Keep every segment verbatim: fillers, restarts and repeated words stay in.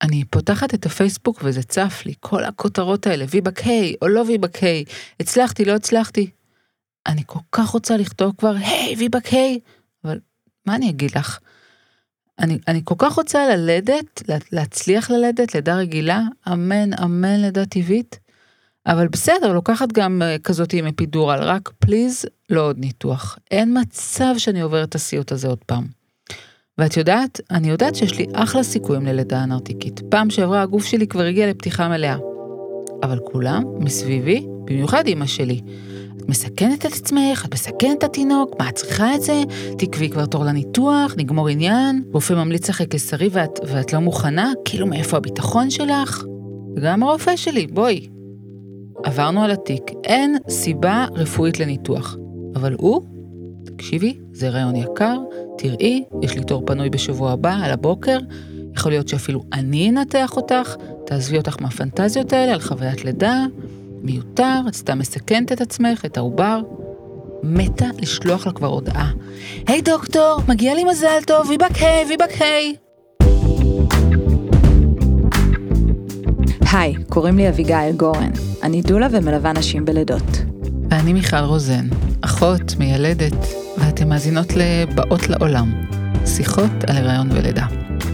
אני פותחת את הפייסבוק וזה צף לי, כל הכותרות האלה, ויבק היי או לא ויבק היי, הצלחתי, לא הצלחתי. אני כל כך רוצה לכתוב כבר, היי, ויבק היי, אבל מה אני אגיד לך? אני, אני כל כך רוצה ללדת, להצליח ללדת, לידה רגילה, אמן, אמן לידה טבעית, אבל בסדר, לוקחת גם כזאת עם אפידורל, רק פליז, לא עוד ניתוח. אין מצב שאני עוברת את הסיוט הזה עוד פעם. ואת יודעת, אני יודעת שיש לי אחלה סיכויים ללידה אנרתיקית. פעם שעברה הגוף שלי כבר הגיע לפתיחה מלאה. אבל כולם מסביבי, במיוחד אמא שלי, את מסכנת את עצמך, את מסכנת את התינוק, מה את צריכה את זה? תקבי כבר תור לניתוח, נגמור עניין, רופא ממליץ לך קיסרי ואת, ואת לא מוכנה, כאילו מאיפה הביטחון שלך? וגם הרופא שלי, בואי. עברנו על התיק, אין סיבה רפואית לניתוח. אבל הוא, תקשיבי, זה רעיון יקר, תראי, יש לי תור פנוי בשבוע הבא, על הבוקר, יכול להיות שאפילו אני אנתח אותך, תעזבי אותך מהפנטזיות האלה על חוויית לידה, מיותר, את סתם מסכנת את עצמך, את העובר, מתה לשלוח לה כבר הודעה. היי דוקטור, מגיע לי מזל טוב, ויבק היי, ויבק היי. היי, קוראים לי אביגיל גורן, אני דולה ומלווה נשים בלידות. ואני מיכל רוזן, אחות, מיילדת, ואתם מאזינות לבאות לעולם, שיחות על הריון ולידה.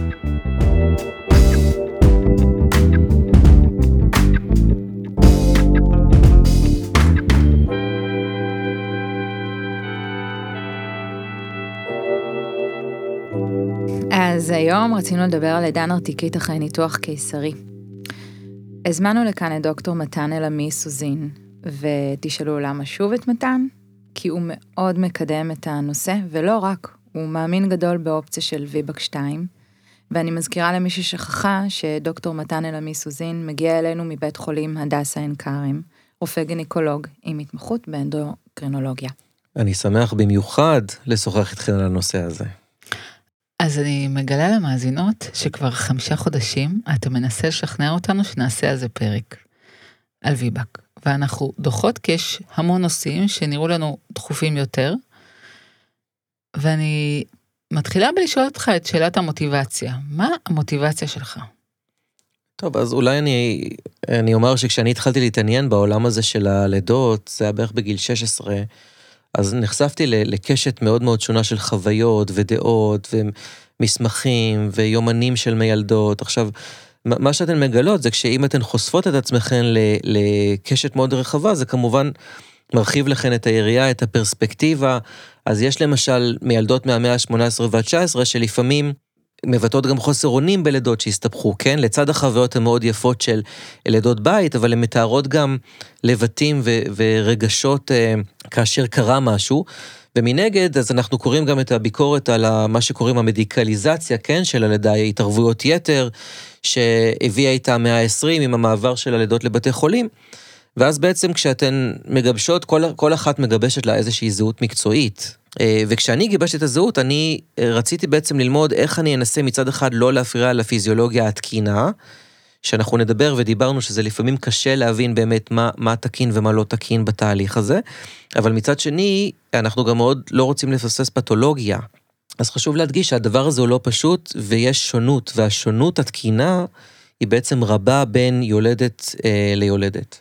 אז היום רצינו לדבר על לידה אנרתיקית אחרי ניתוח קיסרי. הזמנו לכאן את דוקטור מתן אלעמי סוזין, ותשאלו למה שוב את מתן, כי הוא מאוד מקדם את הנושא, ולא רק, הוא מאמין גדול באופציה של ויבק שתיים, ואני מזכירה למי ששכחה שדוקטור מתן אלעמי סוזין מגיע אלינו מבית חולים הדסה עין כרם, רופא גינקולוג עם התמחות באנדוקרינולוגיה. אני שמח במיוחד לשוחח איתכם על הנושא הזה. אז אני מגלה למאזינות שכבר חמישה חודשים אתה מנסה לשכנע אותנו שנעשה על זה פרק, על ויבק. ואנחנו דוחות כי יש המון נושאים שנראו לנו דחופים יותר, ואני מתחילה בלשאול אותך את שאלת המוטיבציה. מה המוטיבציה שלך? טוב, אז אולי אני, אני אומר שכשאני התחלתי להתעניין בעולם הזה של הלידות, זה היה בערך בגיל שש עשרה, אז נחשפתי לקשת מאוד מאוד שונה של חוויות ודעות ומסמכים ויומנים של מיילדות. עכשיו, מה שאתן מגלות זה כשאם אתן חושפות את עצמכן לקשת מאוד רחבה, זה כמובן מרחיב לכן את היריעה, את הפרספקטיבה. אז יש למשל מיילדות מהמאה ה-שמונה עשרה וה-תשע עשרה שלפעמים מבטאות גם חוסר אונים בלידות שהסתבכו, כן? לצד החוויות המאוד יפות של לידות בית, אבל הן מתארות גם לבטים ו- ורגשות uh, כאשר קרה משהו, ומנגד, אז אנחנו קוראים גם את הביקורת על מה שקוראים המדיקליזציה, כן? של הלידה, התערבויות יתר, שהביאה איתה המאה ה-עשרים עם המעבר של הלידות לבתי חולים, ואז בעצם כשאתן מגבשות, כל, כל אחת מגבשת לה איזושהי זהות מקצועית, וכשאני גיבשתי את הזהות, אני רציתי בעצם ללמוד איך אני אנסה מצד אחד לא להפריע לפיזיולוגיה התקינה, שאנחנו נדבר ודיברנו שזה לפעמים קשה להבין באמת מה, מה תקין ומה לא תקין בתהליך הזה, אבל מצד שני, אנחנו גם מאוד לא רוצים לפספס פתולוגיה, אז חשוב להדגיש שהדבר הזה הוא לא פשוט, ויש שונות, והשונות התקינה היא בעצם רבה בין יולדת אה, ליולדת.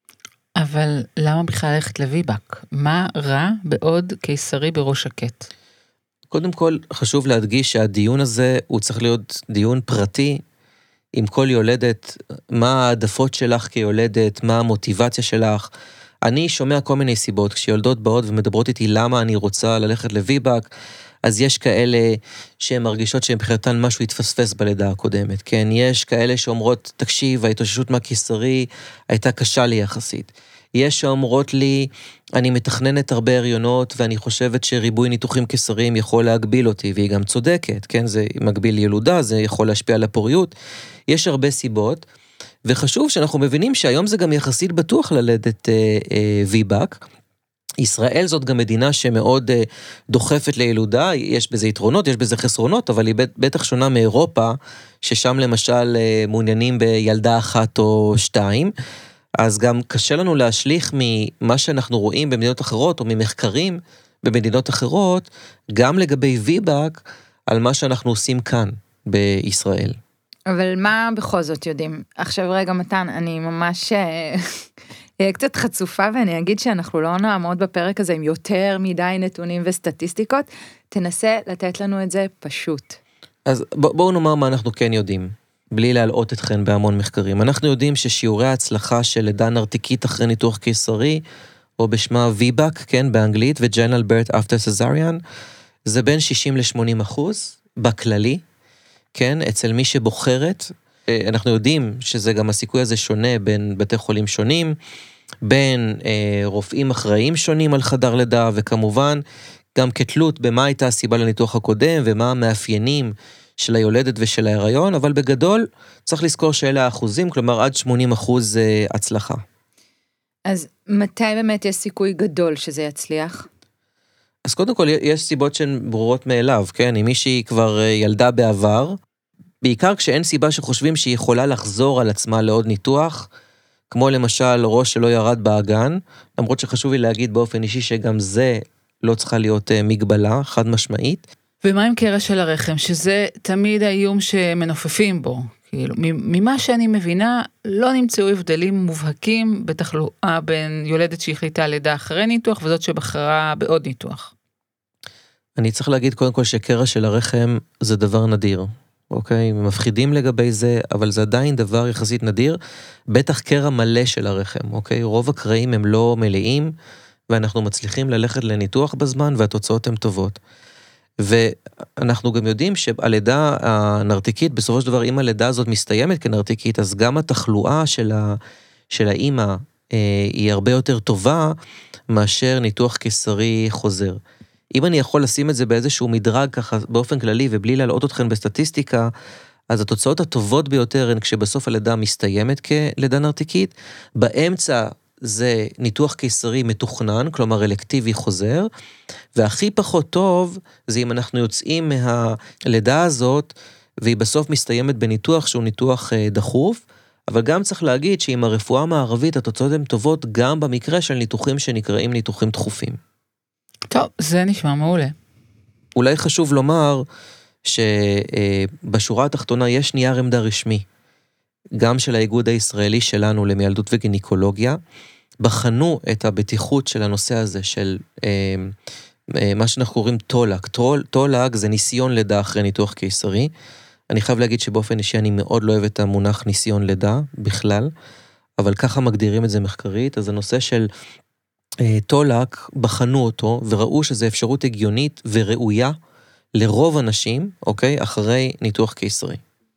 אבל למה בכלל ללכת לויבק? מה רע בעוד קיסרי בראש שקט? קודם כל, חשוב להדגיש שהדיון הזה הוא צריך להיות דיון פרטי, עם כל יולדת, מה העדפות שלך כיולדת, מה המוטיבציה שלך. אני שומע כל מיני סיבות, כשיולדות באות ומדברות איתי למה אני רוצה ללכת לויבק, אז יש כאלה שהן מרגישות שהן מבחינתן משהו התפספס בלידה הקודמת, כן? יש כאלה שאומרות, תקשיב, ההתאוששות מהקיסרי הייתה קשה לי יחסית. יש שאומרות לי, אני מתכננת הרבה הריונות, ואני חושבת שריבוי ניתוחים קיסריים יכול להגביל אותי, והיא גם צודקת, כן? זה מגביל ילודה, זה יכול להשפיע על הפוריות. יש הרבה סיבות, וחשוב שאנחנו מבינים שהיום זה גם יחסית בטוח ללדת אה, אה, ויבק, ישראל זאת גם מדינה שמאוד דוחפת לילודה, יש בזה יתרונות, יש בזה חסרונות, אבל היא בטח שונה מאירופה, ששם למשל מעוניינים בילדה אחת או שתיים, אז גם קשה לנו להשליך ממה שאנחנו רואים במדינות אחרות, או ממחקרים במדינות אחרות, גם לגבי ויבק, על מה שאנחנו עושים כאן בישראל. אבל מה בכל זאת יודעים? עכשיו רגע מתן, אני ממש אהיה קצת חצופה ואני אגיד שאנחנו לא נעמוד בפרק הזה עם יותר מדי נתונים וסטטיסטיקות, תנסה לתת לנו את זה פשוט. אז בואו נאמר מה אנחנו כן יודעים, בלי להלאות אתכן בהמון מחקרים. אנחנו יודעים ששיעורי ההצלחה של לידה נרתיקית אחרי ניתוח קיסרי, או בשמה וי באק, כן, באנגלית, ו-Vaginal Birth After Cesarean, זה בין שישים ל-שמונים אחוז בכללי, כן, אצל מי שבוחרת. אנחנו יודעים שזה גם הסיכוי הזה שונה בין בתי חולים שונים, בין אה, רופאים אחראים שונים על חדר לידה, וכמובן גם כתלות במה הייתה הסיבה לניתוח הקודם, ומה המאפיינים של היולדת ושל ההיריון, אבל בגדול צריך לזכור שאלה האחוזים, כלומר עד שמונים אחוז אה, הצלחה. אז מתי באמת יש סיכוי גדול שזה יצליח? אז קודם כל יש סיבות שהן ברורות מאליו, כן? אם מישהי כבר ילדה בעבר, בעיקר כשאין סיבה שחושבים שהיא יכולה לחזור על עצמה לעוד ניתוח, כמו למשל ראש שלא ירד באגן, למרות שחשוב לי להגיד באופן אישי שגם זה לא צריכה להיות מגבלה, חד משמעית. ומה עם קרע של הרחם? שזה תמיד האיום שמנופפים בו. כאילו, ממה שאני מבינה, לא נמצאו הבדלים מובהקים בתחלואה בין יולדת שהחליטה לידה אחרי ניתוח, וזאת שבחרה בעוד ניתוח. אני צריך להגיד קודם כל שקרע של הרחם זה דבר נדיר, אוקיי? מפחידים לגבי זה, אבל זה עדיין דבר יחסית נדיר, בטח קרע מלא של הרחם, אוקיי? רוב הקרעים הם לא מלאים, ואנחנו מצליחים ללכת לניתוח בזמן, והתוצאות הן טובות. ואנחנו גם יודעים שהלידה הנרתיקית, בסופו של דבר, אם הלידה הזאת מסתיימת כנרתיקית, אז גם התחלואה של, ה, של האמא אה, היא הרבה יותר טובה, מאשר ניתוח קיסרי חוזר. אם אני יכול לשים את זה באיזשהו מדרג ככה, באופן כללי, ובלי להלאות אתכן בסטטיסטיקה, אז התוצאות הטובות ביותר הן כשבסוף הלידה מסתיימת כלידה נרתיקית, באמצע זה ניתוח קיסרי מתוכנן, כלומר אלקטיבי חוזר, והכי פחות טוב זה אם אנחנו יוצאים מהלידה הזאת, והיא בסוף מסתיימת בניתוח שהוא ניתוח דחוף, אבל גם צריך להגיד שעם הרפואה המערבית התוצאות הן טובות גם במקרה של ניתוחים שנקראים ניתוחים דחופים. טוב, זה נשמע מעולה. אולי חשוב לומר שבשורה התחתונה יש נייר עמדה רשמי, גם של האיגוד הישראלי שלנו למיילדות וגינקולוגיה, בחנו את הבטיחות של הנושא הזה של אה, אה, מה שאנחנו קוראים טולק. טולק זה ניסיון לידה אחרי ניתוח קיסרי. אני חייב להגיד שבאופן אישי אני מאוד לא אוהב את המונח ניסיון לידה בכלל, אבל ככה מגדירים את זה מחקרית. אז הנושא של אה, טולק, בחנו אותו וראו שזה אפשרות הגיונית וראויה לרוב אנשים, אוקיי, אחרי ניתוח קיסרי.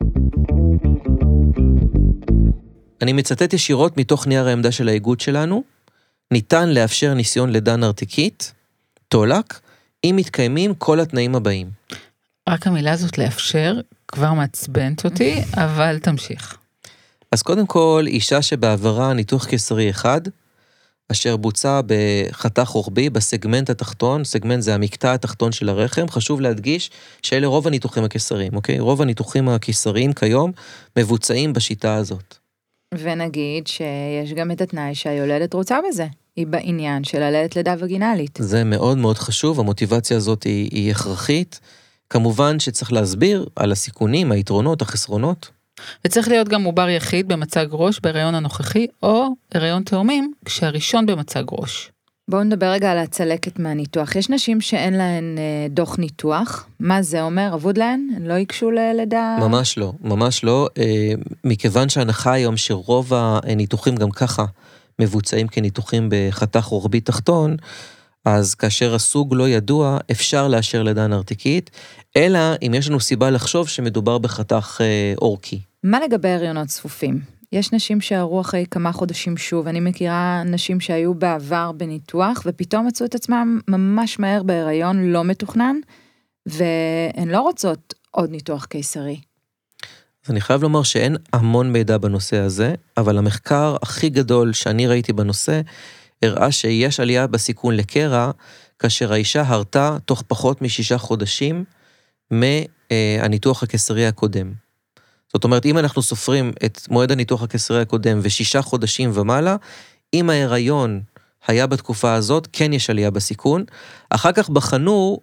אני מצטט ישירות מתוך נייר העמדה של האיגוד שלנו, ניתן לאפשר ניסיון לידה נרתיקית, טולק, אם מתקיימים כל התנאים הבאים. רק המילה הזאת לאפשר כבר מעצבנת אותי, אבל תמשיך. אז קודם כל, אישה שבעברה ניתוח קיסרי אחד, אשר בוצע בחתך רוחבי בסגמנט התחתון, סגמנט זה המקטע התחתון של הרחם, חשוב להדגיש שאלה רוב הניתוחים הקיסריים, אוקיי? רוב הניתוחים הקיסריים כיום מבוצעים בשיטה הזאת. ונגיד שיש גם את התנאי שהיולדת רוצה בזה, היא בעניין של הלדת לידה וגינלית. זה מאוד מאוד חשוב, המוטיבציה הזאת היא, היא הכרחית, כמובן שצריך להסביר על הסיכונים, היתרונות, החסרונות. וצריך להיות גם עובר יחיד במצג ראש בהיריון הנוכחי, או הריון תאומים כשהראשון במצג ראש. בואו נדבר רגע על הצלקת מהניתוח. יש נשים שאין להן אה, דוח ניתוח. מה זה אומר? עבוד להן? הן לא יקשו ללידה? ממש לא, ממש לא. אה, מכיוון שההנחה היום שרוב הניתוחים גם ככה מבוצעים כניתוחים בחתך רוחבי תחתון, אז כאשר הסוג לא ידוע, אפשר לאשר לידה נרתיקית, אלא אם יש לנו סיבה לחשוב שמדובר בחתך אה, אורקי. מה לגבי הריונות צפופים? יש נשים שערו אחרי כמה חודשים שוב, אני מכירה נשים שהיו בעבר בניתוח, ופתאום מצאו את עצמם ממש מהר בהיריון לא מתוכנן, והן לא רוצות עוד ניתוח קיסרי. אז אני חייב לומר שאין המון מידע בנושא הזה, אבל המחקר הכי גדול שאני ראיתי בנושא, הראה שיש עלייה בסיכון לקרע, כאשר האישה הרתה תוך פחות משישה חודשים, מהניתוח הקיסרי הקודם. זאת אומרת, אם אנחנו סופרים את מועד הניתוח הקיסרי הקודם ושישה חודשים ומעלה, אם ההיריון היה בתקופה הזאת, כן יש עלייה בסיכון. אחר כך בחנו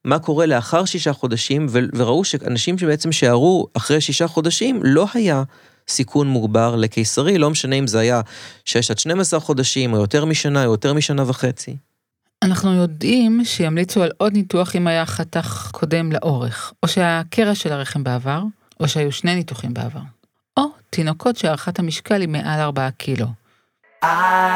מה קורה לאחר שישה חודשים, וראו שאנשים שבעצם שערו אחרי שישה חודשים, לא היה סיכון מוגבר לקיסרי, לא משנה אם זה היה שש עד שנים עשר חודשים, או יותר משנה, או יותר משנה וחצי. אנחנו יודעים שימליצו על עוד ניתוח אם היה חתך קודם לאורך, או שהקרע של הרחם בעבר, או שהיו שני ניתוחים בעבר. או תינוקות שהערכת המשקל היא מעל ארבעה קילו. I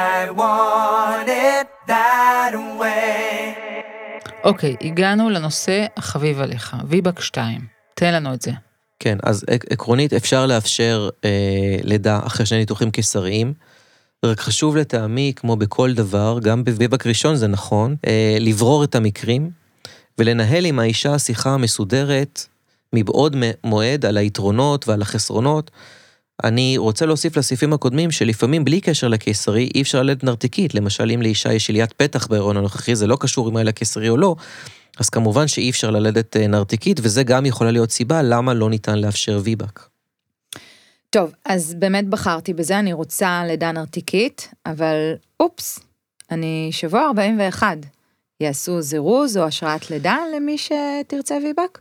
want it that way. אוקיי, הגענו לנושא החביב עליך, ויבק שתיים. תן לנו את זה. כן, אז עקרונית אפשר לאפשר אה, לידה אחרי שני ניתוחים קיסריים, רק חשוב לטעמי, כמו בכל דבר, גם בוויבק ראשון זה נכון, אה, לברור את המקרים, ולנהל עם האישה שיחה מסודרת, מבעוד מועד על היתרונות ועל החסרונות. אני רוצה להוסיף לסעיפים הקודמים, שלפעמים בלי קשר לקיסרי, אי אפשר ללדת נרתיקית, למשל אם לאישה יש שליית פתח בהיריון הנוכחי, זה לא קשור אם היה לקיסרי או לא, אז כמובן שאי אפשר ללדת נרתיקית, וזה גם יכולה להיות סיבה למה לא ניתן לאפשר ויבק. טוב, אז באמת בחרתי בזה, אני רוצה לידה נרתיקית, אבל אופס, אני שבוע ארבעים ואחת. יעשו זירוז או השראת לידה למי שתרצה ויבק?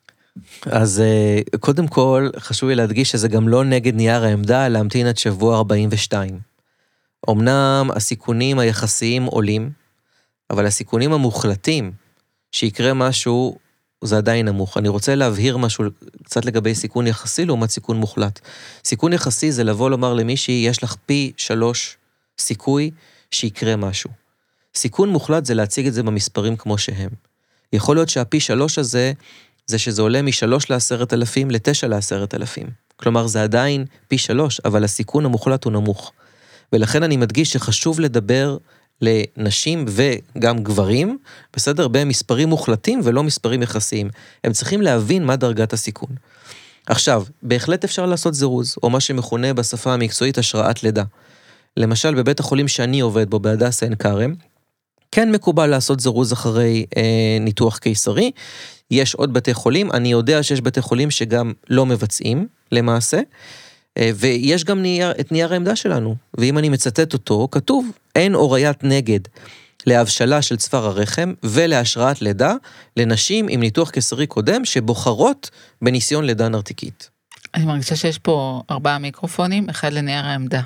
אז קודם כל, חשוב לי להדגיש שזה גם לא נגד נייר העמדה, להמתין עד שבוע ארבעים ושתיים. אמנם הסיכונים היחסיים עולים, אבל הסיכונים המוחלטים, שיקרה משהו, זה עדיין נמוך. אני רוצה להבהיר משהו קצת לגבי סיכון יחסי, לעומת סיכון מוחלט. סיכון יחסי זה לבוא לומר למישהי, יש לך פי שלוש סיכוי שיקרה משהו. סיכון מוחלט זה להציג את זה במספרים כמו שהם. יכול להיות שהפי שלוש הזה, זה שזה עולה משלוש לעשרת אלפים לתשע לעשרת אלפים. כלומר, זה עדיין פי שלוש, אבל הסיכון המוחלט הוא נמוך. ולכן אני מדגיש שחשוב לדבר לנשים וגם גברים, בסדר, במספרים מוחלטים ולא מספרים יחסיים. הם צריכים להבין מה דרגת הסיכון. עכשיו, בהחלט אפשר לעשות זירוז, או מה שמכונה בשפה המקצועית השראת לידה. למשל, בבית החולים שאני עובד בו, בהדסה עין כרם, כן מקובל לעשות זירוז אחרי אה, ניתוח קיסרי. יש עוד בתי חולים, אני יודע שיש בתי חולים שגם לא מבצעים למעשה, אה, ויש גם נייר, את נייר העמדה שלנו, ואם אני מצטט אותו, כתוב, אין הוריית נגד להבשלה של צוואר הרחם ולהשראת לידה לנשים עם ניתוח קיסרי קודם שבוחרות בניסיון לידה נרתיקית. אני מרגישה שיש פה ארבעה מיקרופונים, אחד לנייר העמדה.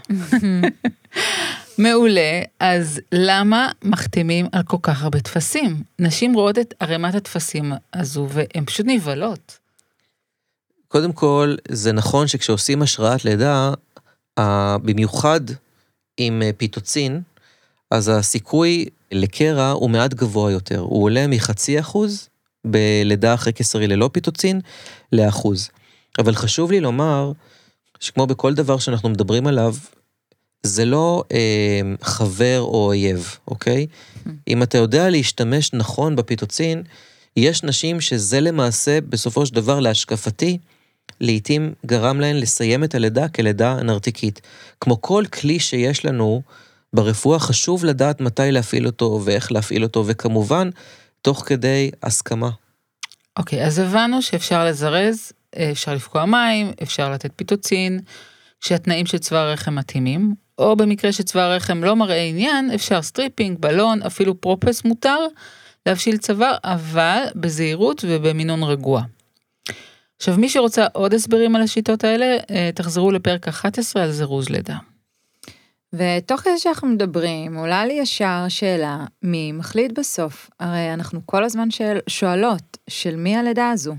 מעולה, אז למה מחתימים על כל כך הרבה תפסים? נשים רואות את ערימת התפסים הזו, והן פשוט נבלות. קודם כל, זה נכון שכשעושים השראת לידה, במיוחד עם פיטוצין, אז הסיכוי לקרע הוא מעט גבוה יותר. הוא עולה מחצי אחוז בלידה אחרי קיסרי ללא פיטוצין לאחוז. אבל חשוב לי לומר, שכמו בכל דבר שאנחנו מדברים עליו, זה לא אה, חבר או אויב, אוקיי? אם אתה יודע להשתמש נכון בפיטוצין, יש נשים שזה למעשה בסופו של דבר להשקפתי, לעתים גרם להן לסיים את הלידה כלידה נרתיקית. כמו כל כלי שיש לנו ברפואה, חשוב לדעת מתי להפעיל אותו ואיך להפעיל אותו, וכמובן, תוך כדי הסכמה. אוקיי, אז הבנו שאפשר לזרז, אפשר לפקוע מים, אפשר לתת פיטוצין, שהתנאים של צוואר הרחם מתאימים, או במקרה שצוואר הרחם לא מראה עניין, אפשר סטריפינג, בלון, אפילו פרופס מותר, להבשיל צוואר, אבל בזהירות ובמינון רגוע. עכשיו, מי שרוצה עוד הסברים על השיטות האלה, תחזרו לפרק אחת עשרה על זירוז לידה. ותוך כדי שאנחנו מדברים, עולה לי ישר שאלה, מי מחליט בסוף? הרי אנחנו כל הזמן שואל, שואלות, של מי הלידה הזו?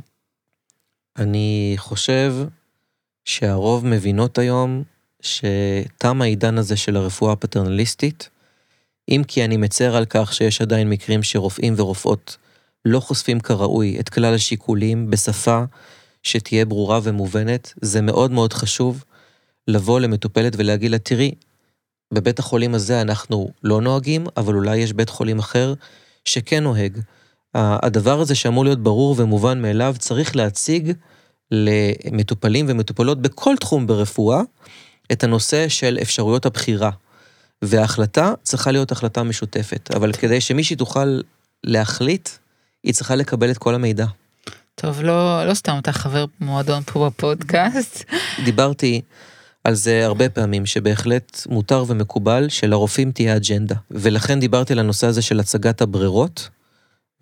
אני חושב שהרוב מבינות היום שתם העידן הזה של הרפואה הפטרנליסטית, אם כי אני מצר על כך שיש עדיין מקרים שרופאים ורופאות לא חושפים כראוי את כלל השיקולים בשפה שתהיה ברורה ומובנת, זה מאוד מאוד חשוב לבוא למטופלת ולהגיד לה, תראי, בבית החולים הזה אנחנו לא נוהגים, אבל אולי יש בית חולים אחר שכן נוהג. הדבר הזה שאמור להיות ברור ומובן מאליו, צריך להציג למטופלים ומטופלות בכל תחום ברפואה, את הנושא של אפשרויות הבחירה. וההחלטה צריכה להיות החלטה משותפת, אבל כדי שמישהי תוכל להחליט, היא צריכה לקבל את כל המידע. טוב, לא, לא סתם אתה חבר מועדון פה בפודקאסט. דיברתי על זה הרבה פעמים, שבהחלט מותר ומקובל שלרופאים תהיה אג'נדה. ולכן דיברתי על הנושא הזה של הצגת הברירות,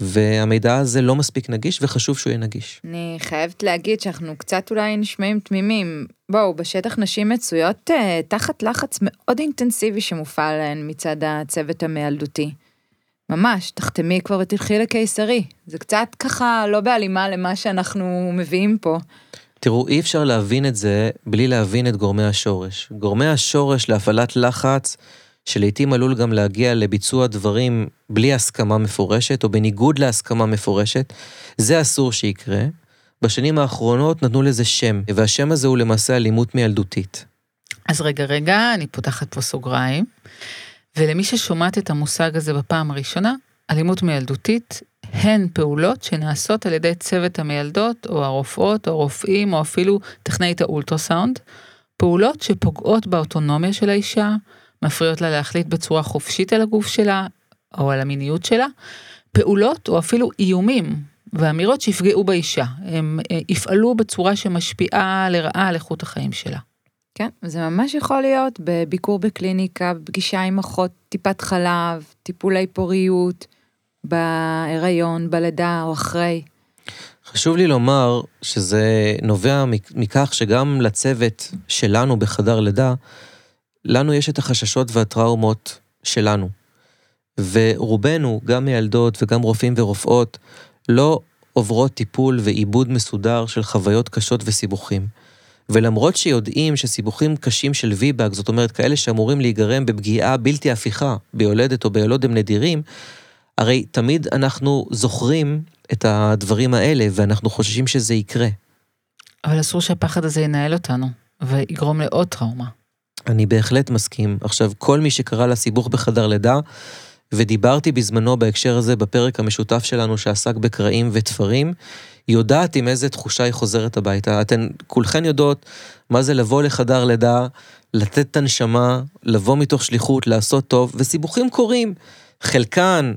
והמידע הזה לא מספיק נגיש, וחשוב שהוא יהיה נגיש. אני חייבת להגיד שאנחנו קצת אולי נשמעים תמימים. בואו, בשטח נשים מצויות אה, תחת לחץ מאוד אינטנסיבי שמופעל להן מצד הצוות המילדותי. ממש, תחתמי כבר ותלכי לקיסרי. זה קצת ככה לא בהלימה למה שאנחנו מביאים פה. תראו, אי אפשר להבין את זה בלי להבין את גורמי השורש. גורמי השורש להפעלת לחץ, שלעיתים עלול גם להגיע לביצוע דברים בלי הסכמה מפורשת, או בניגוד להסכמה מפורשת, זה אסור שיקרה. בשנים האחרונות נתנו לזה שם, והשם הזה הוא למעשה אלימות מילדותית. אז רגע, רגע, אני פותחת פה סוגריים, ולמי ששומעת את המושג הזה בפעם הראשונה, אלימות מילדותית, הן פעולות שנעשות על ידי צוות המילדות, או הרופאות, או הרופאים, או אפילו טכנאית האולטרסאונד, פעולות שפוגעות באוטונומיה של האישה, מפריעות לה להחליט בצורה חופשית על הגוף שלה, או על המיניות שלה, פעולות או אפילו איומים, ואמירות שיפגעו באישה, הם יפעלו בצורה שמשפיעה לרעה על איכות החיים שלה. כן, זה ממש יכול להיות בביקור בקליניקה, בפגישה עם אחות, טיפת חלב, טיפולי פוריות, בהיריון, בלידה או אחרי. חשוב לי לומר שזה נובע מכך שגם לצוות שלנו בחדר לידה, לנו יש את החששות והטראומות שלנו. ורובנו, גם מילדות וגם רופאים ורופאות, לא עוברות טיפול ועיבוד מסודר של חוויות קשות וסיבוכים. ולמרות שיודעים שסיבוכים קשים של ויבאק, זאת אומרת כאלה שאמורים להיגרם בפגיעה בלתי הפיכה, ביולדת או ביולוד הם נדירים, הרי תמיד אנחנו זוכרים את הדברים האלה, ואנחנו חוששים שזה יקרה. אבל אסור שהפחד הזה ינהל אותנו, ויגרום לעוד טראומה. אני בהחלט מסכים. עכשיו, כל מי שקרא לסיבוך בחדר לידה, ודיברתי בזמנו בהקשר הזה בפרק המשותף שלנו שעסק בקרעים ותפרים, יודעת עם איזה תחושה היא חוזרת הביתה. אתן כולכן יודעות מה זה לבוא לחדר לידה, לתת את הנשמה, לבוא מתוך שליחות, לעשות טוב, וסיבוכים קורים. חלקן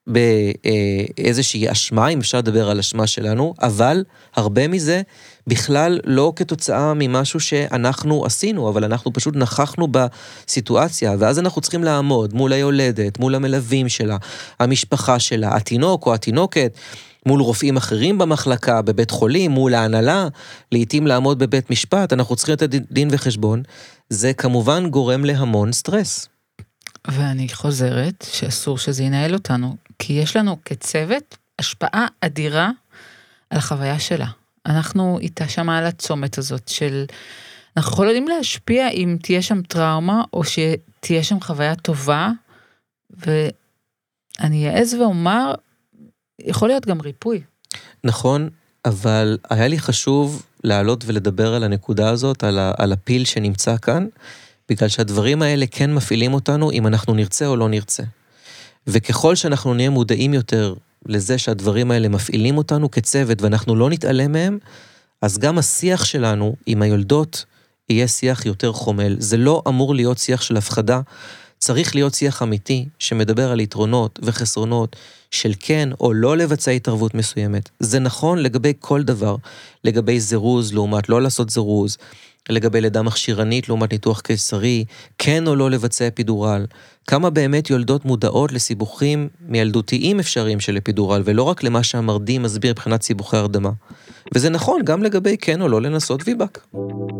באיזושהי אשמה, אם אפשר לדבר על אשמה שלנו, אבל הרבה מזה בכלל לא כתוצאה ממשהו שאנחנו עשינו, אבל אנחנו פשוט נכחנו בסיטואציה, ואז אנחנו צריכים לעמוד מול היולדת, מול המלווים שלה, המשפחה שלה, התינוק או התינוקת, מול רופאים אחרים במחלקה, בבית חולים, מול ההנהלה, לעתים לעמוד בבית משפט, אנחנו צריכים את הדין וחשבון, זה כמובן גורם להמון סטרס. ואני חוזרת שאסור שזה ינהל אותנו, כי יש לנו כצוות השפעה אדירה על החוויה שלה. אנחנו איתה שמה על הצומת הזאת של, אנחנו יכולים להשפיע אם תהיה שם טראומה, או שתהיה שם חוויה טובה, ואני אעז ואומר, יכול להיות גם ריפוי. נכון, אבל היה לי חשוב לעלות ולדבר על הנקודה הזאת, על, ה, על הפיל שנמצא כאן, בגלל שהדברים האלה כן מפעילים אותנו אם אנחנו נרצה או לא נרצה. וככל שאנחנו נהיה מודעים יותר לזה שהדברים האלה מפעילים אותנו כצוות ואנחנו לא נתעלם מהם, אז גם השיח שלנו עם היולדות יהיה שיח יותר חומל. זה לא אמור להיות שיח של הפחדה, צריך להיות שיח אמיתי שמדבר על יתרונות וחסרונות של כן או לא לבצע התערבות מסוימת. זה נכון לגבי כל דבר, לגבי זירוז לעומת לא לעשות זירוז, לגבי לידה מכשירנית לעומת ניתוח קיסרי, כן או לא לבצע אפידורל, כמה באמת יולדות מודעות לסיבוכים מילדותיים אפשריים של אפידורל, ולא רק למה שהמרדים מסביר מבחינת סיבוכי הרדמה. וזה נכון גם לגבי כן או לא לנסות ויבאק.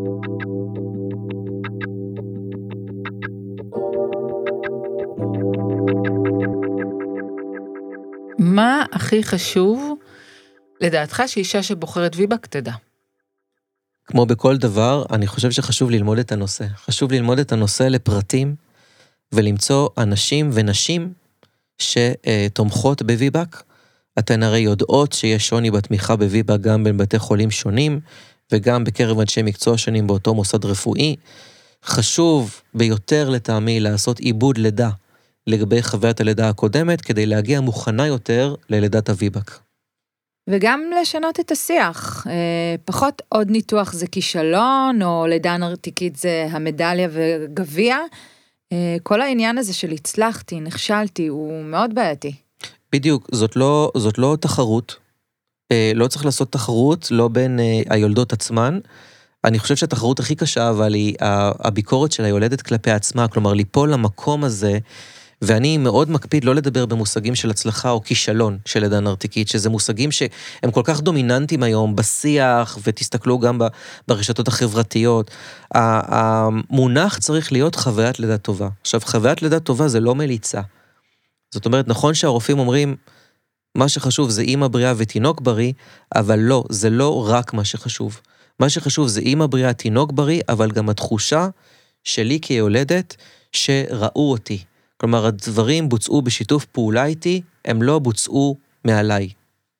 מה הכי חשוב לדעתך שאישה שבוחרת ויבאק תדע? כמו בכל דבר, אני חושב שחשוב ללמוד את הנושא. חשוב ללמוד את הנושא לפרטים, ולמצוא אנשים ונשים שתומכות בויבאק. אתן הרי יודעות שיש שוני בתמיכה בויבאק גם בין בתי חולים שונים, וגם בקרב אנשי מקצוע שונים באותו מוסד רפואי. חשוב ביותר לטעמי לעשות עיבוד לידה לגבי חוויית הלידה הקודמת, כדי להגיע מוכנה יותר ללידת הויבאק. וגם לשנות את השיח, פחות עוד ניתוח זה כישלון, או לידה נרתיקית זה המדליה וגביע, כל העניין הזה של הצלחתי, נכשלתי, הוא מאוד בעייתי. בדיוק, זאת לא, זאת לא תחרות, לא צריך לעשות תחרות, לא בין היולדות עצמן, אני חושב שהתחרות הכי קשה, אבל היא הביקורת של היולדת כלפי עצמה, כלומר ליפול למקום הזה, ואני מאוד מקפיד לא לדבר במושגים של הצלחה או כישלון של לידה נרתיקית, שזה מושגים שהם כל כך דומיננטיים היום בשיח, ותסתכלו גם ברשתות החברתיות. המונח צריך להיות חוויית לידה טובה. עכשיו, חוויית לידה טובה זה לא מליצה. זאת אומרת, נכון שהרופאים אומרים, מה שחשוב זה אמא בריאה ותינוק בריא, אבל לא, זה לא רק מה שחשוב. מה שחשוב זה אמא בריאה, תינוק בריא, אבל גם התחושה שלי כיולדת שראו אותי. כלומר, הדברים בוצעו בשיתוף פעולה איתי, הם לא בוצעו מעליי.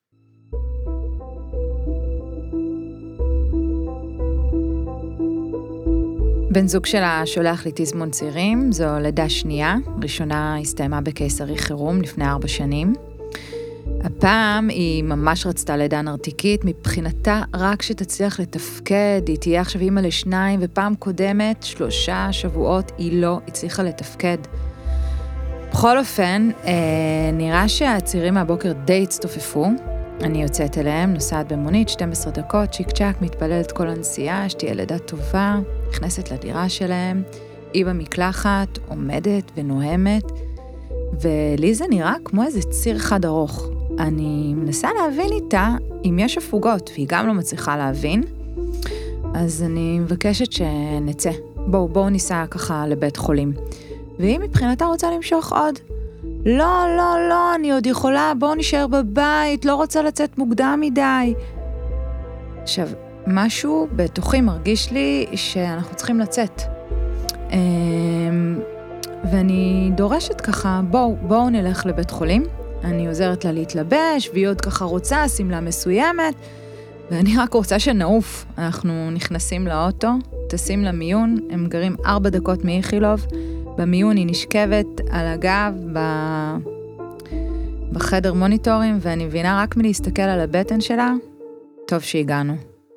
בן זוג שלה שולח לי תזמון צירים, זו לידה שנייה, ראשונה הסתיימה בקיסרי חירום לפני ארבע שנים. הפעם היא ממש רצתה לידה נרתיקית, מבחינתה רק שתצליח לתפקד, היא תהיה עכשיו אימא לשניים, ופעם קודמת, שלושה שבועות, היא לא הצליחה לתפקד. בכל אופן, אה, נראה שהצירים מהבוקר די הצטופפו, אני יוצאת אליהם, נוסעת במונית, שתים עשרה דקות, צ'יק צ'ק, מתפללת כל הנסיעה, שתהיה לידה טובה, נכנסת לדירה שלהם, היא במקלחת, עומדת ונוהמת, ולי זה נראה כמו איזה ציר חד ארוך. אני מנסה להבין איתה אם יש הפוגות, והיא גם לא מצליחה להבין, אז אני מבקשת שנצא. בואו, בואו ניסע ככה לבית חולים. והיא מבחינתה רוצה למשוך עוד. לא, לא, לא, אני עוד יכולה, בואו נשאר בבית, לא רוצה לצאת מוקדם מדי. עכשיו, משהו בתוכי מרגיש לי שאנחנו צריכים לצאת. ואני דורשת ככה, בואו, בואו נלך לבית חולים. אני עוזרת לה להתלבש, והיא עוד ככה רוצה, שמלה מסוימת, ואני רק רוצה שנעוף. אנחנו נכנסים לאוטו, טסים למיון, הם גרים ארבע דקות מאיכילוב, במיון היא נשכבת על הגב, ב... בחדר מוניטורים, ואני מבינה רק מלהסתכל על הבטן שלה, טוב שהגענו.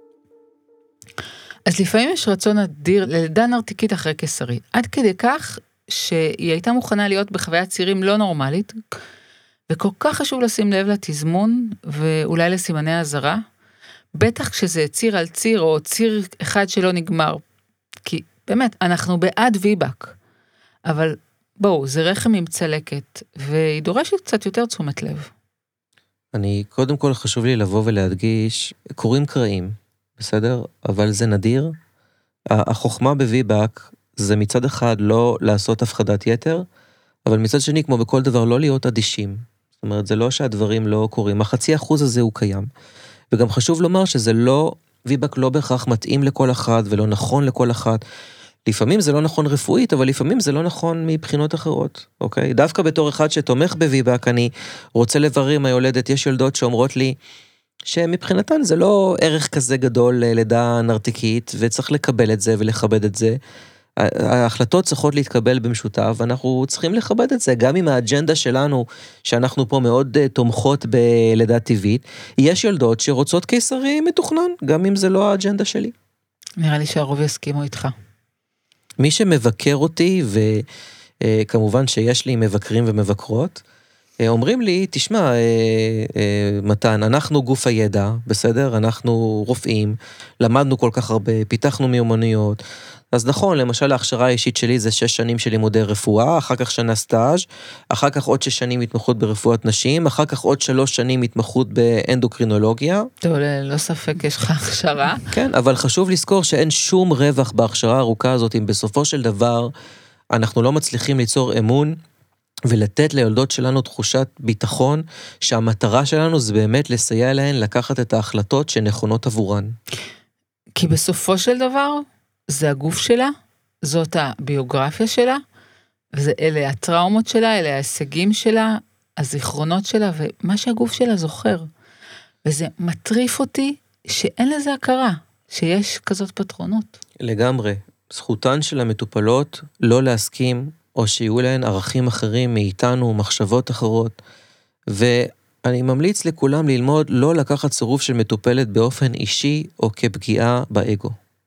אז לפעמים יש רצון אדיר ללידה נרתיקית אחרי קיסרי, עד כדי כך שהיא הייתה מוכנה להיות בחוויית צירים לא נורמלית, וכל כך חשוב לשים לב לתזמון, ואולי לסימני הזרה, בטח כשזה ציר על ציר, או ציר אחד שלא נגמר, כי באמת, אנחנו בעד ויבק, אבל בואו, זה רחם עם צלקת, והיא דורשת קצת יותר תשומת לב. אני, קודם כל חשוב לי לבוא ולהדגיש, קוראים קראים, בסדר? אבל זה נדיר. החוכמה בויבק, זה מצד אחד לא לעשות הפחדת יתר, אבל מצד שני, כמו בכל דבר, לא להיות אדישים. זאת אומרת, זה לא שהדברים לא קורים. החצי אחוז הזה הוא קיים. וגם חשוב לומר שזה לא, ויבק לא בהכרח מתאים לכל אחד, ולא נכון לכל אחד. לפעמים זה לא נכון רפואית, אבל לפעמים זה לא נכון מבחינות אחרות, אוקיי? דווקא בתור אחד שתומך בויבק, אני רוצה לברר עם היולדת, יש יולדות שאומרות לי, שמבחינתן זה לא ערך כזה גדול ללידה נרתיקית, וצריך לקבל את זה ולכבד את זה. ההחלטות צריכות להתקבל במשותף, ואנחנו צריכים לכבד את זה, גם עם האג'נדה שלנו, שאנחנו פה מאוד תומכות בלידה טבעית, יש יולדות שרוצות קיסרי מתוכנן, גם אם זה לא האג'נדה שלי. נראה לי שהרוב יסכימו איתך. מי שמבקר אותי, וכמובן שיש לי מבקרים ומבקרות, אומרים לי, תשמע, מתן, אנחנו גוף הידע, בסדר? אנחנו רופאים, למדנו כל כך הרבה, פיתחנו מיומנויות, אז נכון, למשל ההכשרה האישית שלי זה שש שנים של לימודי רפואה, אחר כך שנה סטאז', אחר כך עוד שש שנים התמחות ברפואת נשים, אחר כך עוד שלוש שנים התמחות באנדוקרינולוגיה. טוב, לא ספק, יש לך הכשרה. כן, אבל חשוב לזכור שאין שום רווח בהכשרה הארוכה הזאת, אם בסופו של דבר אנחנו לא מצליחים ליצור אמון, ולתת ליולדות שלנו תחושת ביטחון, שהמטרה שלנו זה באמת לסייע להן לקחת את ההחלטות שנכונות עבורן. כי בסופו של דבר, זה הגוף שלה, זאת הביוגרפיה שלה, ואלה הטראומות שלה, אלה ההישגים שלה, הזיכרונות שלה, ומה שהגוף שלה זוכר. וזה מטריף אותי שאין לזה הכרה, שיש כזאת פטרונות. לגמרי. זכותן של המטופלות לא להסכים, או שיהיו להן ערכים אחרים מאיתנו, מחשבות אחרות, ואני ממליץ לכולם ללמוד לא לקחת צירוף של מטופלת באופן אישי, או כפגיעה באגו.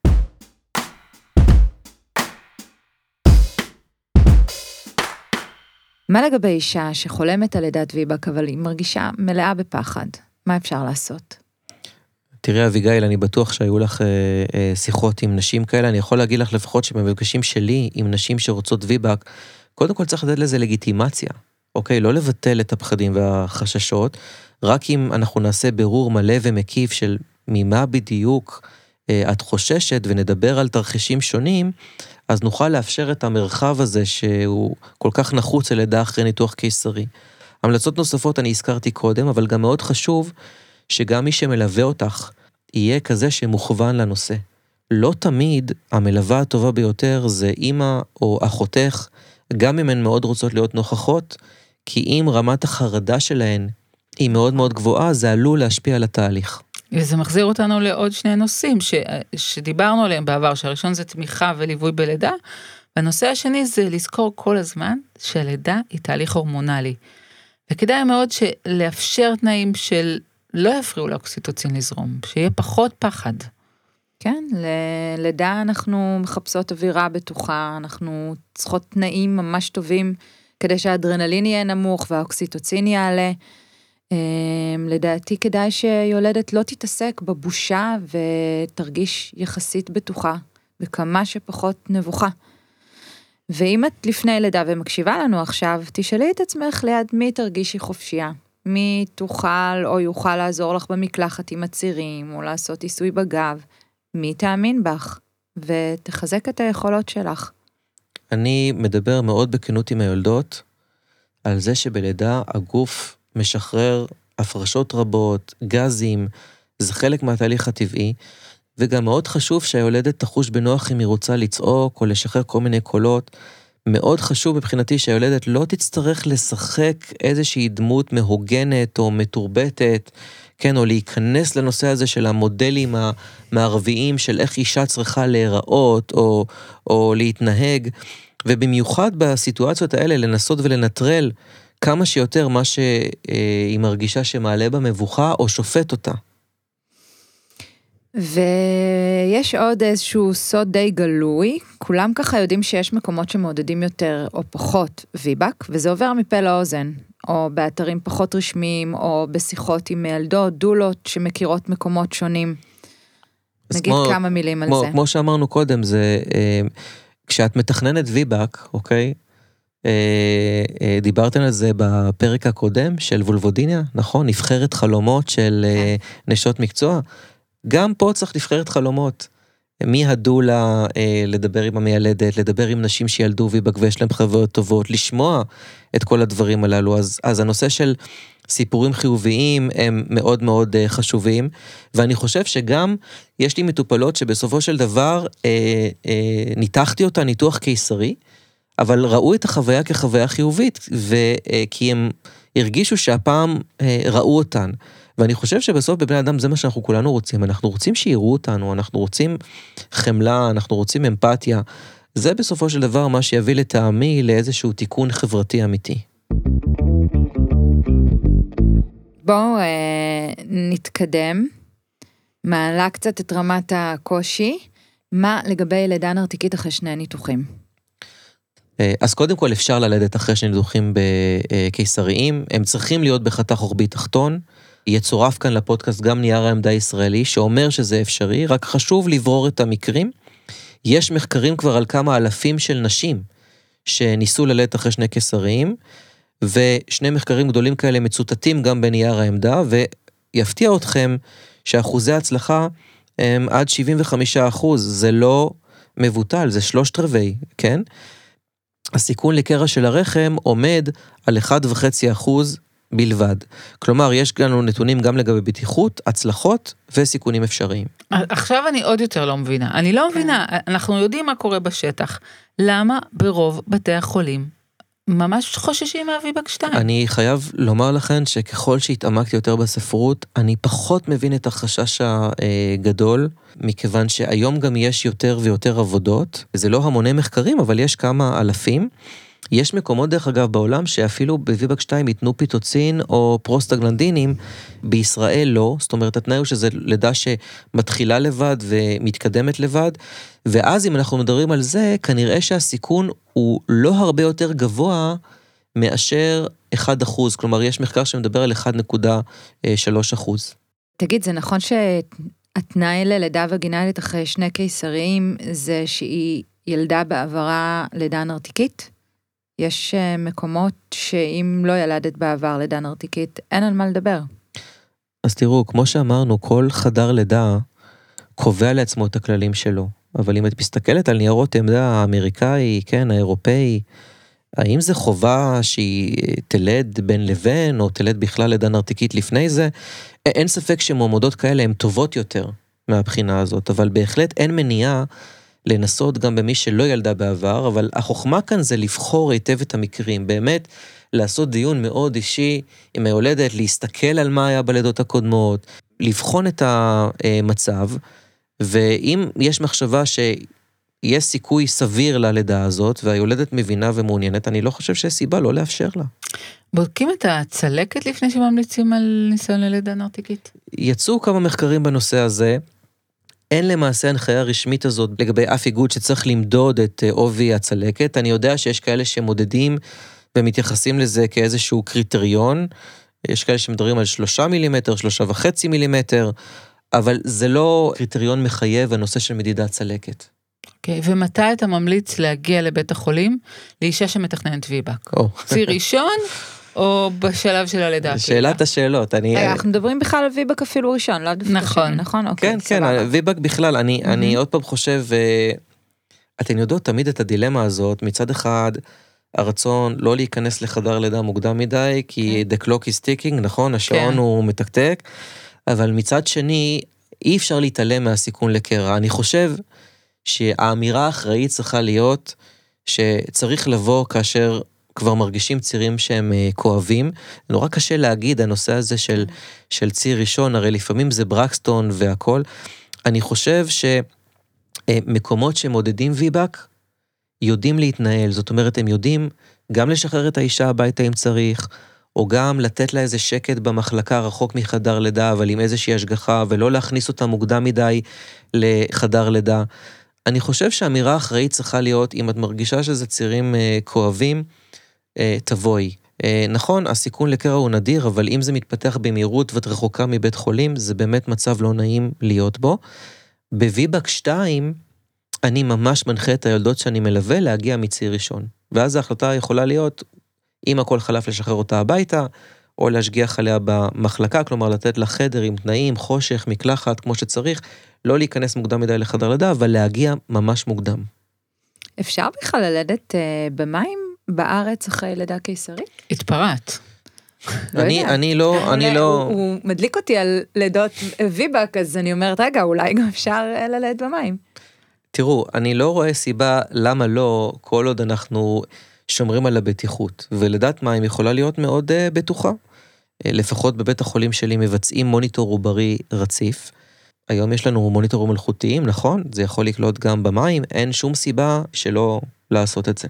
מה לגבי אישה שחולמת על לידת ויבק, אבל היא מרגישה מלאה בפחד? מה אפשר לעשות? תראי אביגיל, אני בטוח שהיו לך אה, אה, שיחות עם נשים כאלה, אני יכול להגיד לך לפחות שבמפגשים שלי עם נשים שרוצות ויבק, קודם כל צריך לתת לזה לגיטימציה, אוקיי? לא לבטל את הפחדים והחששות, רק אם אנחנו נעשה ברור מלא ומקיף של ממה בדיוק אה, את חוששת, ונדבר על תרחישים שונים, אז נוכל לאפשר את המרחב הזה שהוא כל כך נחוץ על לידה אחרי ניתוח קיסרי. המלצות נוספות אני הזכרתי קודם, אבל גם מאוד חשוב שגם מי שמלווה אותך יהיה כזה שמוכוון לנושא. לא תמיד המלווה הטובה ביותר זה אמא או אחותך, גם אם הן מאוד רוצות להיות נוכחות, כי אם רמת החרדה שלהן היא מאוד מאוד גבוהה, זה עלול להשפיע על התהליך. וזה מחזיר אותנו לעוד שני נושאים ש, שדיברנו עליהם בעבר, שהראשון זה תמיכה וליווי בלידה, והנושא השני זה לזכור כל הזמן שהלידה היא תהליך הורמונלי. וכדאי מאוד לאפשר תנאים של לא יפריעו לאוקסיטוצין לזרום, שיהיה פחות פחד. כן, ללידה אנחנו מחפשות אווירה בטוחה, אנחנו צריכות תנאים ממש טובים, כדי שהאדרנלין יהיה נמוך והאוקסיטוצין יעלה. לדעתי כדאי שיולדת לא תתעסק בבושה ותרגיש יחסית בטוחה, וכמה שפחות נבוכה. ואם את לפני לידה ומקשיבה לנו עכשיו, תשאלי את עצמך ליד מי תרגישי חופשייה. מי תוכל או יוכל לעזור לך במקלחת עם הצירים, או לעשות עיסוי בגב. מי תאמין בך, ותחזק את היכולות שלך. אני מדבר מאוד בכנות עם היולדות, על זה שבלידה הגוף משחרר הפרשות רבות, גזים, זה חלק מהתהליך הטבעי, וגם מאוד חשוב שהיולדת תחוש בנוח אם היא רוצה לצעוק או לשחרר כל מיני קולות. מאוד חשוב מבחינתי שהיולדת לא תצטרך לשחק איזושהי דמות מהוגנת או מתורבתת, כן, או להיכנס לנושא הזה של המודלים המערביים של איך אישה צריכה להיראות או, או להתנהג, ובמיוחד בסיטואציות האלה לנסות ולנטרל כמה שיותר מה שהיא מרגישה שמעלה במבוכה או שופט אותה. ויש עוד איזשהו סוד די גלוי, כולם ככה יודעים שיש מקומות שמעודדים יותר או פחות ויבק, וזה עובר מפה לאוזן, או באתרים פחות רשמיים, או בשיחות עם ילדות, דולות שמכירות מקומות שונים. נגיד כמו, כמה מילים כמו, על זה. כמו שאמרנו קודם, זה, כשאת מתכננת ויבק, אוקיי? דיברתם על זה בפרק הקודם של וולבודיניה, נכון? נבחרת חלומות של נשות מקצוע. גם פה צריך נבחרת חלומות. מי הדולה לדבר עם המיילדת, לדבר עם נשים שילדו ויבק ויש להם חוויות טובות, לשמוע את כל הדברים הללו. אז, אז הנושא של סיפורים חיוביים הם מאוד מאוד חשובים, ואני חושב שגם יש לי מטופלות שבסופו של דבר אה, אה, ניתחתי אותה ניתוח קיסרי, אבל ראו את החוויה כחוויה חיובית, וכי הם הרגישו שהפעם ראו אותן. ואני חושב שבסוף בבני אדם זה מה שאנחנו כולנו רוצים. אנחנו רוצים שיראו אותנו, אנחנו רוצים חמלה, אנחנו רוצים אמפתיה. זה בסופו של דבר מה שיביא לטעמי לאיזשהו תיקון חברתי אמיתי. בואו אה, נתקדם. מעלה קצת את רמת הקושי. מה לגבי לידה נרתיקית אחרי שני ניתוחים? אז קודם כל אפשר ללדת אחרי שני ניתוחים בקיסריים, הם צריכים להיות בחתך רוחבי תחתון, יצורף כאן לפודקאסט גם נייר העמדה הישראלי, שאומר שזה אפשרי, רק חשוב לברור את המקרים. יש מחקרים כבר על כמה אלפים של נשים, שניסו ללדת אחרי שני קיסריים, ושני מחקרים גדולים כאלה מצוטטים גם בנייר העמדה, ויפתיע אתכם שאחוזי ההצלחה הם עד שבעים וחמישה אחוז, זה לא מבוטל, זה שלושת רבעי, כן? הסיכון לקרע של הרחם עומד על אחד וחצי אחוז בלבד. כלומר, יש לנו נתונים גם לגבי בטיחות, הצלחות וסיכונים אפשריים. עכשיו אני עוד יותר לא מבינה. אני לא מבינה, אנחנו יודעים מה קורה בשטח. למה ברוב בתי החולים ממש חוששים מהוויבק שתיים? אני חייב לומר לכם שככל שהתעמקתי יותר בספרות, אני פחות מבין את החשש הגדול, מכיוון שהיום גם יש יותר ויותר עבודות, זה לא המוני מחקרים, אבל יש כמה אלפים. יש מקומות דרך אגב בעולם שאפילו בוויבק שתיים ייתנו פיטוצין או פרוסטגלנדינים, בישראל לא, זאת אומרת התנאי הוא שזה לידה שמתחילה לבד ומתקדמת לבד, ואז אם אנחנו מדברים על זה, כנראה שהסיכון הוא לא הרבה יותר גבוה מאשר אחד אחוז, כלומר יש מחקר שמדבר על אחד נקודה שלוש אחוז. תגיד, זה נכון שהתנאי ללידה וגינלית אחרי שני קיסריים, זה שהיא ילדה בעברה לידה נרתיקית? יש מקומות שאם לא ילדת בעבר לידה נרתיקית, אין על מה לדבר. אז תראו, כמו שאמרנו, כל חדר לידה קובע לעצמו את הכללים שלו. אבל אם את מסתכלת על ניירות העמדה האמריקאי, כן, האירופאי, האם זה חובה שהיא תלד בין לבין, או תלד בכלל לידה נרתיקית לפני זה? אין ספק שמועמדות כאלה הן טובות יותר מהבחינה הזאת, אבל בהחלט אין מניעה לנסות גם במי שלא ילדה בעבר, אבל החוכמה כאן זה לבחור היטב את המקרים, באמת לעשות דיון מאוד אישי עם היולדת, להסתכל על מה היה בלידות הקודמות, לבחון את המצב, ואם יש מחשבה שיש סיכוי סביר ללידה הזאת, והיולדת מבינה ומעוניינת, אני לא חושב שיש סיבה לא לאפשר לה. בודקים את הצלקת לפני שממליצים על ניסיון ללידה נרתיקית? יצאו כמה מחקרים בנושא הזה, אין למעשה הנחיה רשמית הזאת לגבי אף איגוד שצריך למדוד את עובי הצלקת. אני יודע שיש כאלה שמודדים ומתייחסים לזה כאיזשהו קריטריון, יש כאלה שמדברים על שלושה מילימטר, שלושה וחצי מילימטר, אבל זה לא קריטריון מחייב הנושא של מדידת צלקת. אוקיי, okay, ומתי אתה ממליץ להגיע לבית החולים לאישה שמתכננת ויבק? או. ציר ראשון או בשלב של הלידה? שאלת השאלות. אני... אנחנו מדברים בכלל על ויבק אפילו ראשון, לא דווקא נכון. שני, נכון? אוקיי, כן, כן, ויבק בכלל, אני, mm-hmm. אני עוד פעם חושב, אתן יודעות תמיד את הדילמה הזאת, מצד אחד, הרצון לא להיכנס לחדר לידה מוקדם מדי, כי the clock is ticking, נכון? השעון כן. הוא מתקתק, אבל מצד שני, אי אפשר להתעלם מהסיכון לקרע. אני חושב שהאמירה האחראית צריכה להיות, שצריך לבוא כאשר כבר מרגישים צירים שהם כואבים. נורא קשה להגיד הנושא הזה של, של ציר ראשון, הרי לפעמים זה ברקסטון והכל. אני חושב שמקומות שמודדים ויבק, יודעים להתנהל, זאת אומרת, הם יודעים גם לשחרר את האישה הביתה אם צריך, או גם לתת לה איזה שקט במחלקה רחוק מחדר לידה, אבל עם איזושהי השגחה, ולא להכניס אותה מוקדם מדי לחדר לידה. אני חושב שהאמירה האחראית צריכה להיות, אם את מרגישה שזה צירים אה, כואבים, אה, תבואי. אה, נכון, הסיכון לקרע הוא נדיר, אבל אם זה מתפתח במהירות ואת רחוקה מבית חולים, זה באמת מצב לא נעים להיות בו. בוויבק שתיים, אני ממש מנחה את היולדות שאני מלווה להגיע מציר ראשון. ואז ההחלטה יכולה להיות, אם הכל חלף לשחרר אותה הביתה, או להשגיח עליה במחלקה, כלומר לתת לה חדר עם תנאים, חושך, מקלחת, כמו שצריך, לא להיכנס מוקדם מדי לחדר לידה, אבל להגיע ממש מוקדם. אפשר בכלל ללדת uh, במים בארץ אחרי לידה קיסרית? התפרט. אני, אני לא, אני לא... הוא, הוא מדליק אותי על לידות ויבק, אז אני אומרת, רגע, אולי גם אפשר ללדת במים. תראו, אני לא רואה סיבה למה לא, כל עוד אנחנו שומרים על הבטיחות, ולידת מים יכולה להיות מאוד uh, בטוחה. Uh, לפחות בבית החולים שלי מבצעים מוניטור עוברי רציף. היום יש לנו מוניטורים מלאכותיים, נכון? זה יכול לקלוט גם במים, אין שום סיבה שלא לעשות את זה.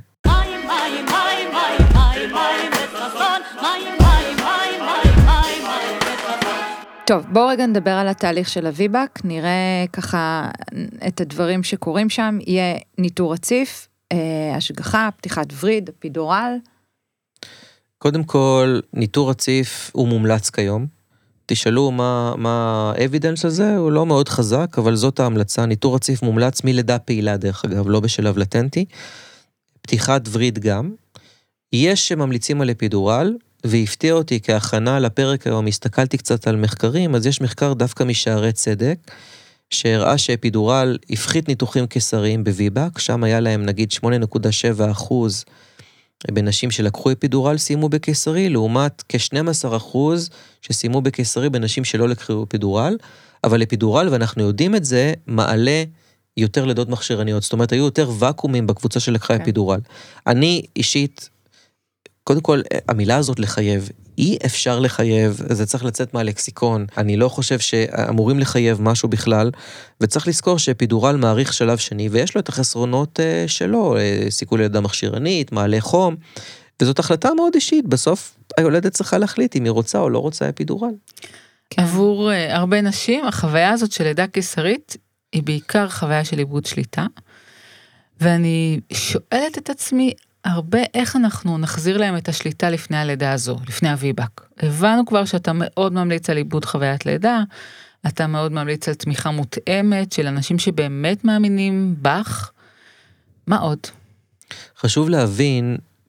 טוב, בואו רגע נדבר על התהליך של הוויבק, נראה ככה את הדברים שקורים שם, יהיה ניטור רציף, אה, השגחה, פתיחת וריד, אפידורל. קודם כל, ניטור רציף הוא מומלץ כיום. תשאלו מה, מה האבידנס הזה, הוא לא מאוד חזק, אבל זאת ההמלצה, ניטור רציף מומלץ מלידה פעילה דרך אגב, לא בשלב לטנטי. פתיחת וריד גם. יש שממליצים על אפידורל, והפתיע אותי כהכנה לפרק היום, הסתכלתי קצת על מחקרים, אז יש מחקר דווקא משערי צדק, שהראה שאפידורל הפחית ניתוחים קיסריים בוויבק, שם היה להם נגיד שמונה נקודה שבע אחוז בנשים שלקחו אפידורל סיימו בקיסרי, לעומת כ-שנים עשר אחוז שסיימו בקיסרי בנשים שלא לקחו אפידורל, אבל אפידורל, ואנחנו יודעים את זה, מעלה יותר לידות מכשירניות, זאת אומרת, היו יותר וקומים בקבוצה שלקחה okay. אפידורל. אני אישית, קודם כל, המילה הזאת לחייב, אי אפשר לחייב, זה צריך לצאת מהלקסיקון, אני לא חושב שאמורים לחייב משהו בכלל, וצריך לזכור שאפידורל מעריך שלב שני, ויש לו את החסרונות שלו, סיכוי לידה מכשירנית, מעלה חום, וזאת החלטה מאוד אישית, בסוף היולדת צריכה להחליט אם היא רוצה או לא רוצה אפידורל. כן. עבור הרבה נשים, החוויה הזאת של לידה קיסרית, היא בעיקר חוויה של איבוד שליטה, ואני שואלת את עצמי, הרבה איך אנחנו נחזיר להם את השליטה לפני הלידה הזו, לפני הוויבק. הבנו כבר שאתה מאוד ממליץ על איבוד חוויית לידה, אתה מאוד ממליץ על תמיכה מותאמת של אנשים שבאמת מאמינים בך. מה עוד? חשוב להבין,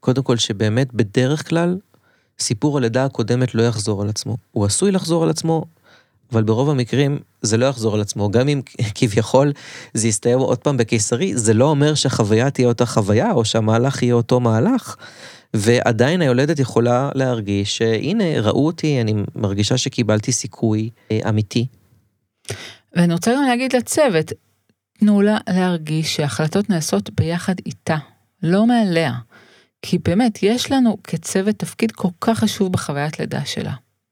קודם כל שבאמת בדרך כלל, סיפור הלידה הקודמת לא יחזור על עצמו. הוא עשוי לחזור על עצמו, אבל ברוב המקרים זה לא יחזור על עצמו. גם אם כביכול זה יסתיים עוד פעם בקיסרי, זה לא אומר שהחוויה תהיה אותה חוויה, או שהמהלך יהיה אותו מהלך. ועדיין היולדת יכולה להרגיש שהנה, ראו אותי, אני מרגישה שקיבלתי סיכוי אה, אמיתי. ואני רוצה גם להגיד לצוות, תנו לה להרגיש שההחלטות נעשות ביחד איתה, לא מעליה. כי באמת, יש לנו כצוות תפקיד כל כך חשוב בחוויית לידה שלה.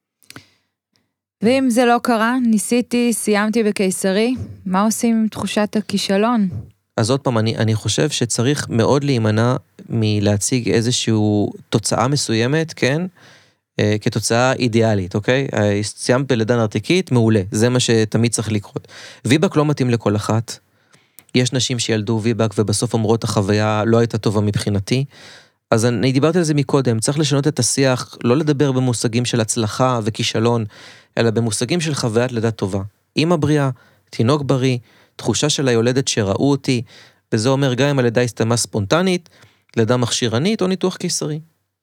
ואם זה לא קרה, ניסיתי, סיימתי בקיסרי, מה עושים עם תחושת הכישלון? אז עוד פעם, אני, אני חושב שצריך מאוד להימנע מלהציג איזושהי תוצאה מסוימת, כן? אה, כתוצאה אידיאלית, אוקיי? אה, סיימת בלידה נרתיקית, מעולה, זה מה שתמיד צריך לקרות. ויבק לא מתאים לכל אחת. יש נשים שילדו ויבק ובסוף אומרות החוויה לא הייתה טובה מבחינתי. אז אני דיברתי על זה מקודם, צריך לשנות את השיח, לא לדבר במושגים של הצלחה וכישלון, אלא במושגים של חוויית לידה טובה. אמא בריאה, תינוק בריא, תחושה של היולדת שראו אותי, וזה אומר גם אם הלידה הסתיימה ספונטנית, לידה מכשירנית או ניתוח קיסרי.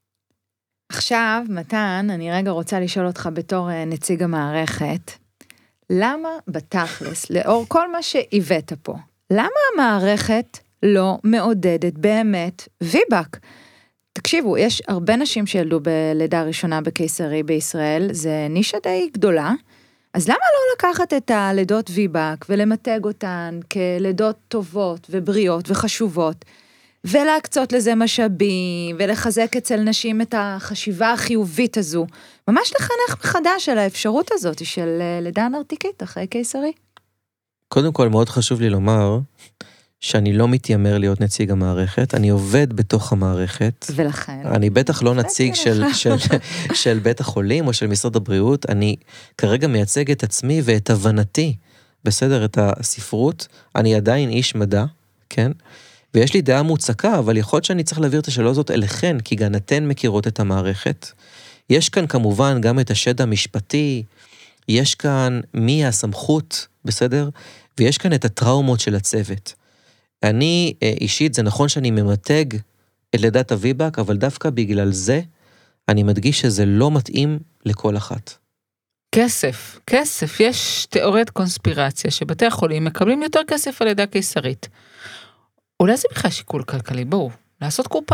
עכשיו, מתן, אני רגע רוצה לשאול אותך בתור נציג המערכת, למה בתכלס, לאור כל מה שהבאת פה, למה המערכת לא מעודדת באמת ויבק? תקשיבו, יש הרבה נשים שילדו בלידה ראשונה בקיסרי בישראל, זה נישה די גדולה, אז למה לא לקחת את הלידות ויבק ולמתג אותן כלידות טובות ובריאות וחשובות, ולהקצות לזה משאבים, ולחזק אצל נשים את החשיבה החיובית הזו, ממש לחנך מחדש על האפשרות הזאת של לידה נרתיקית אחרי קיסרי? קודם כל מאוד חשוב לי לומר, שאני לא מתיימר להיות נציג המערכת, אני עובד בתוך המערכת. ולכן. אני בטח לא נציג של, של, של בית החולים או של משרד הבריאות, אני כרגע מייצג את עצמי ואת הבנתי, בסדר, את הספרות, אני עדיין איש מדע, כן? ויש לי דעה מוצקה, אבל יכול להיות שאני צריך להעביר את השאלה הזאת אליכן, כי גם אתן מכירות את המערכת. יש כאן כמובן גם את השד המשפטי, יש כאן מי הסמכות, בסדר? ויש כאן את הטראומות של הצוות. אני אישית, זה נכון שאני ממתג את לידת הוויבק, אבל דווקא בגלל זה, אני מדגיש שזה לא מתאים לכל אחת. כסף, כסף, יש תיאוריית קונספירציה, שבתי החולים מקבלים יותר כסף על לידה קיסרית. אולי זה בכלל שיקול כלכלי, בואו, לעשות קופה.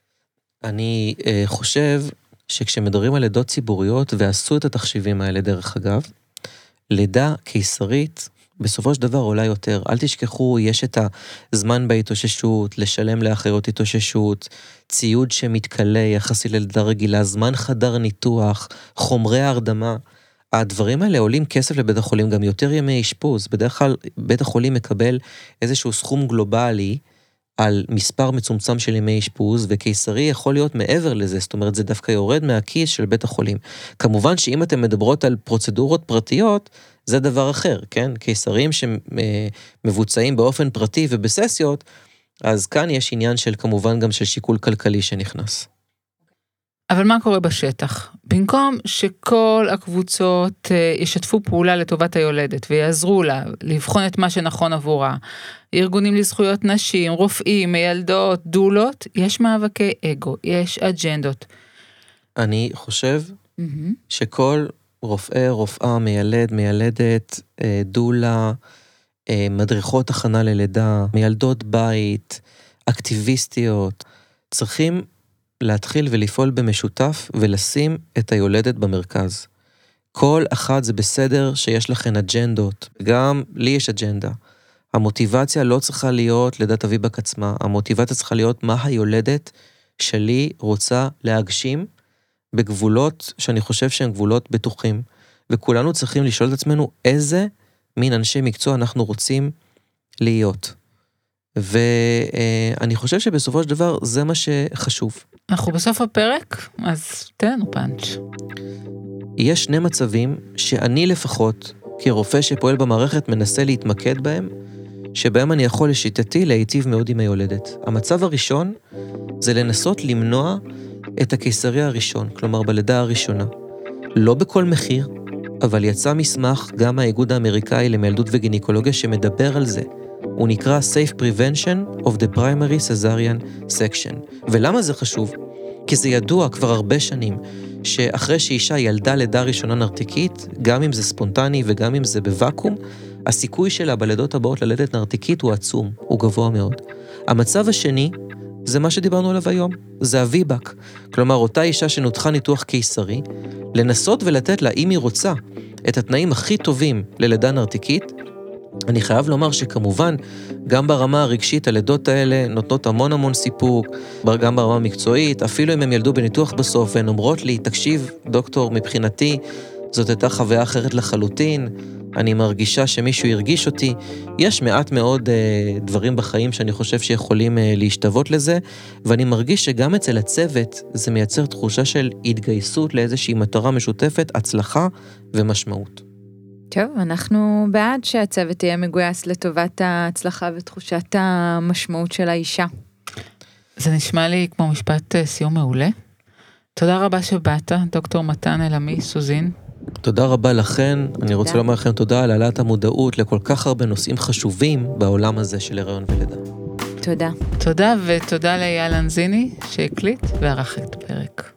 אני אה, חושב שכשמדברים על לידות ציבוריות, ועשו את התחשיבים האלה דרך אגב, לידה קיסרית, בסופו של דבר עולה יותר. אל תשכחו, יש את הזמן בהתאוששות, לשלם לאחיות התאוששות, ציוד שמתקלה יחסי ללידה רגילה, זמן חדר ניתוח, חומרי ההרדמה. הדברים האלה עולים כסף לבית החולים, גם יותר ימי אשפוז. בדרך כלל בית החולים מקבל איזשהו סכום גלובלי על מספר מצומצם של ימי אשפוז, וקיסרי יכול להיות מעבר לזה, זאת אומרת, זה דווקא יורד מהכיס של בית החולים. כמובן שאם אתם מדברות על פרוצדורות פרטיות, זה דבר אחר, כן? קיסרים שמבוצעים באופן פרטי ובססיות, אז כאן יש עניין של כמובן גם של שיקול כלכלי שנכנס. אבל מה קורה בשטח? במקום שכל הקבוצות ישתפו פעולה לטובת היולדת ויעזרו לה לבחון את מה שנכון עבורה, ארגונים לזכויות נשים, רופאים, מילדות, דולות, יש מאבקי אגו, יש אג'נדות. אני חושב שכל רופא, רופאה, מיילד, מיילדת, דולה, מדריכות הכנה ללידה, מיילדות בית, אקטיביסטיות, צריכים להתחיל ולפעול במשותף ולשים את היולדת במרכז. כל אחד זה בסדר שיש לכן אג'נדות, גם לי יש אג'נדה. המוטיבציה לא צריכה להיות לידת הוויבק עצמה, המוטיבציה צריכה להיות מה היולדת שלי רוצה להגשים בגבולות שאני חושב שהם גבולות בטוחים, וכולנו צריכים לשאול את עצמנו איזה מין אנשי מקצוע אנחנו רוצים להיות. ואני חושב שבסופו של דבר זה מה שחשוב. אנחנו בסוף הפרק, אז תן לנו פאנץ'. יש שני מצבים שאני לפחות, כרופא שפועל במערכת, מנסה להתמקד בהם, שבהם אני יכול לשיטתי להיטיב מאוד עם היולדת. המצב הראשון זה לנסות למנוע את הקיסרי הראשון, כלומר בלידה הראשונה. לא בכל מחיר, אבל יצא מסמך גם מהאיגוד האמריקאי למילדות וגינקולוגיה שמדבר על זה. הוא נקרא Safe Prevention of the Primary Caesarean Section. ולמה זה חשוב? כי זה ידוע כבר הרבה שנים, שאחרי שאישה ילדה לידה ראשונה נרתיקית, גם אם זה ספונטני וגם אם זה בוואקום, הסיכוי שלה בלידות הבאות ללדת נרתיקית הוא עצום, הוא גבוה מאוד. המצב השני, זה מה שדיברנו עליו היום, זה הוויבק. כלומר, אותה אישה שנותחה ניתוח קיסרי, לנסות ולתת לה, אם היא רוצה, את התנאים הכי טובים ללידה נרתיקית. אני חייב לומר שכמובן, גם ברמה הרגשית, הלידות האלה נותנות המון המון סיפוק, גם ברמה המקצועית, אפילו אם הם ילדו בניתוח בסוף, והן אומרות לי, תקשיב, דוקטור, מבחינתי, זאת הייתה חוויה אחרת לחלוטין, אני מרגישה שמישהו ירגיש אותי. יש מעט מאוד אה, דברים בחיים שאני חושב שיכולים אה, להשתוות לזה, ואני מרגיש שגם אצל הצוות זה מייצר תחושה של התגייסות לאיזושהי מטרה משותפת, הצלחה ומשמעות. טוב, אנחנו בעד שהצוות תהיה מגויס לטובת ההצלחה ותחושת המשמעות של האישה. זה נשמע לי כמו משפט סיום מעולה. תודה רבה שבאת, דוקטור מתן אלעמי סוזין. תודה רבה לכן, אני רוצה לומר לכם תודה על העלאת המודעות לכל כך הרבה נושאים חשובים בעולם הזה של הריון ולידה. תודה. תודה ותודה לאייל אנזיני שהקליט וערך את הפרק.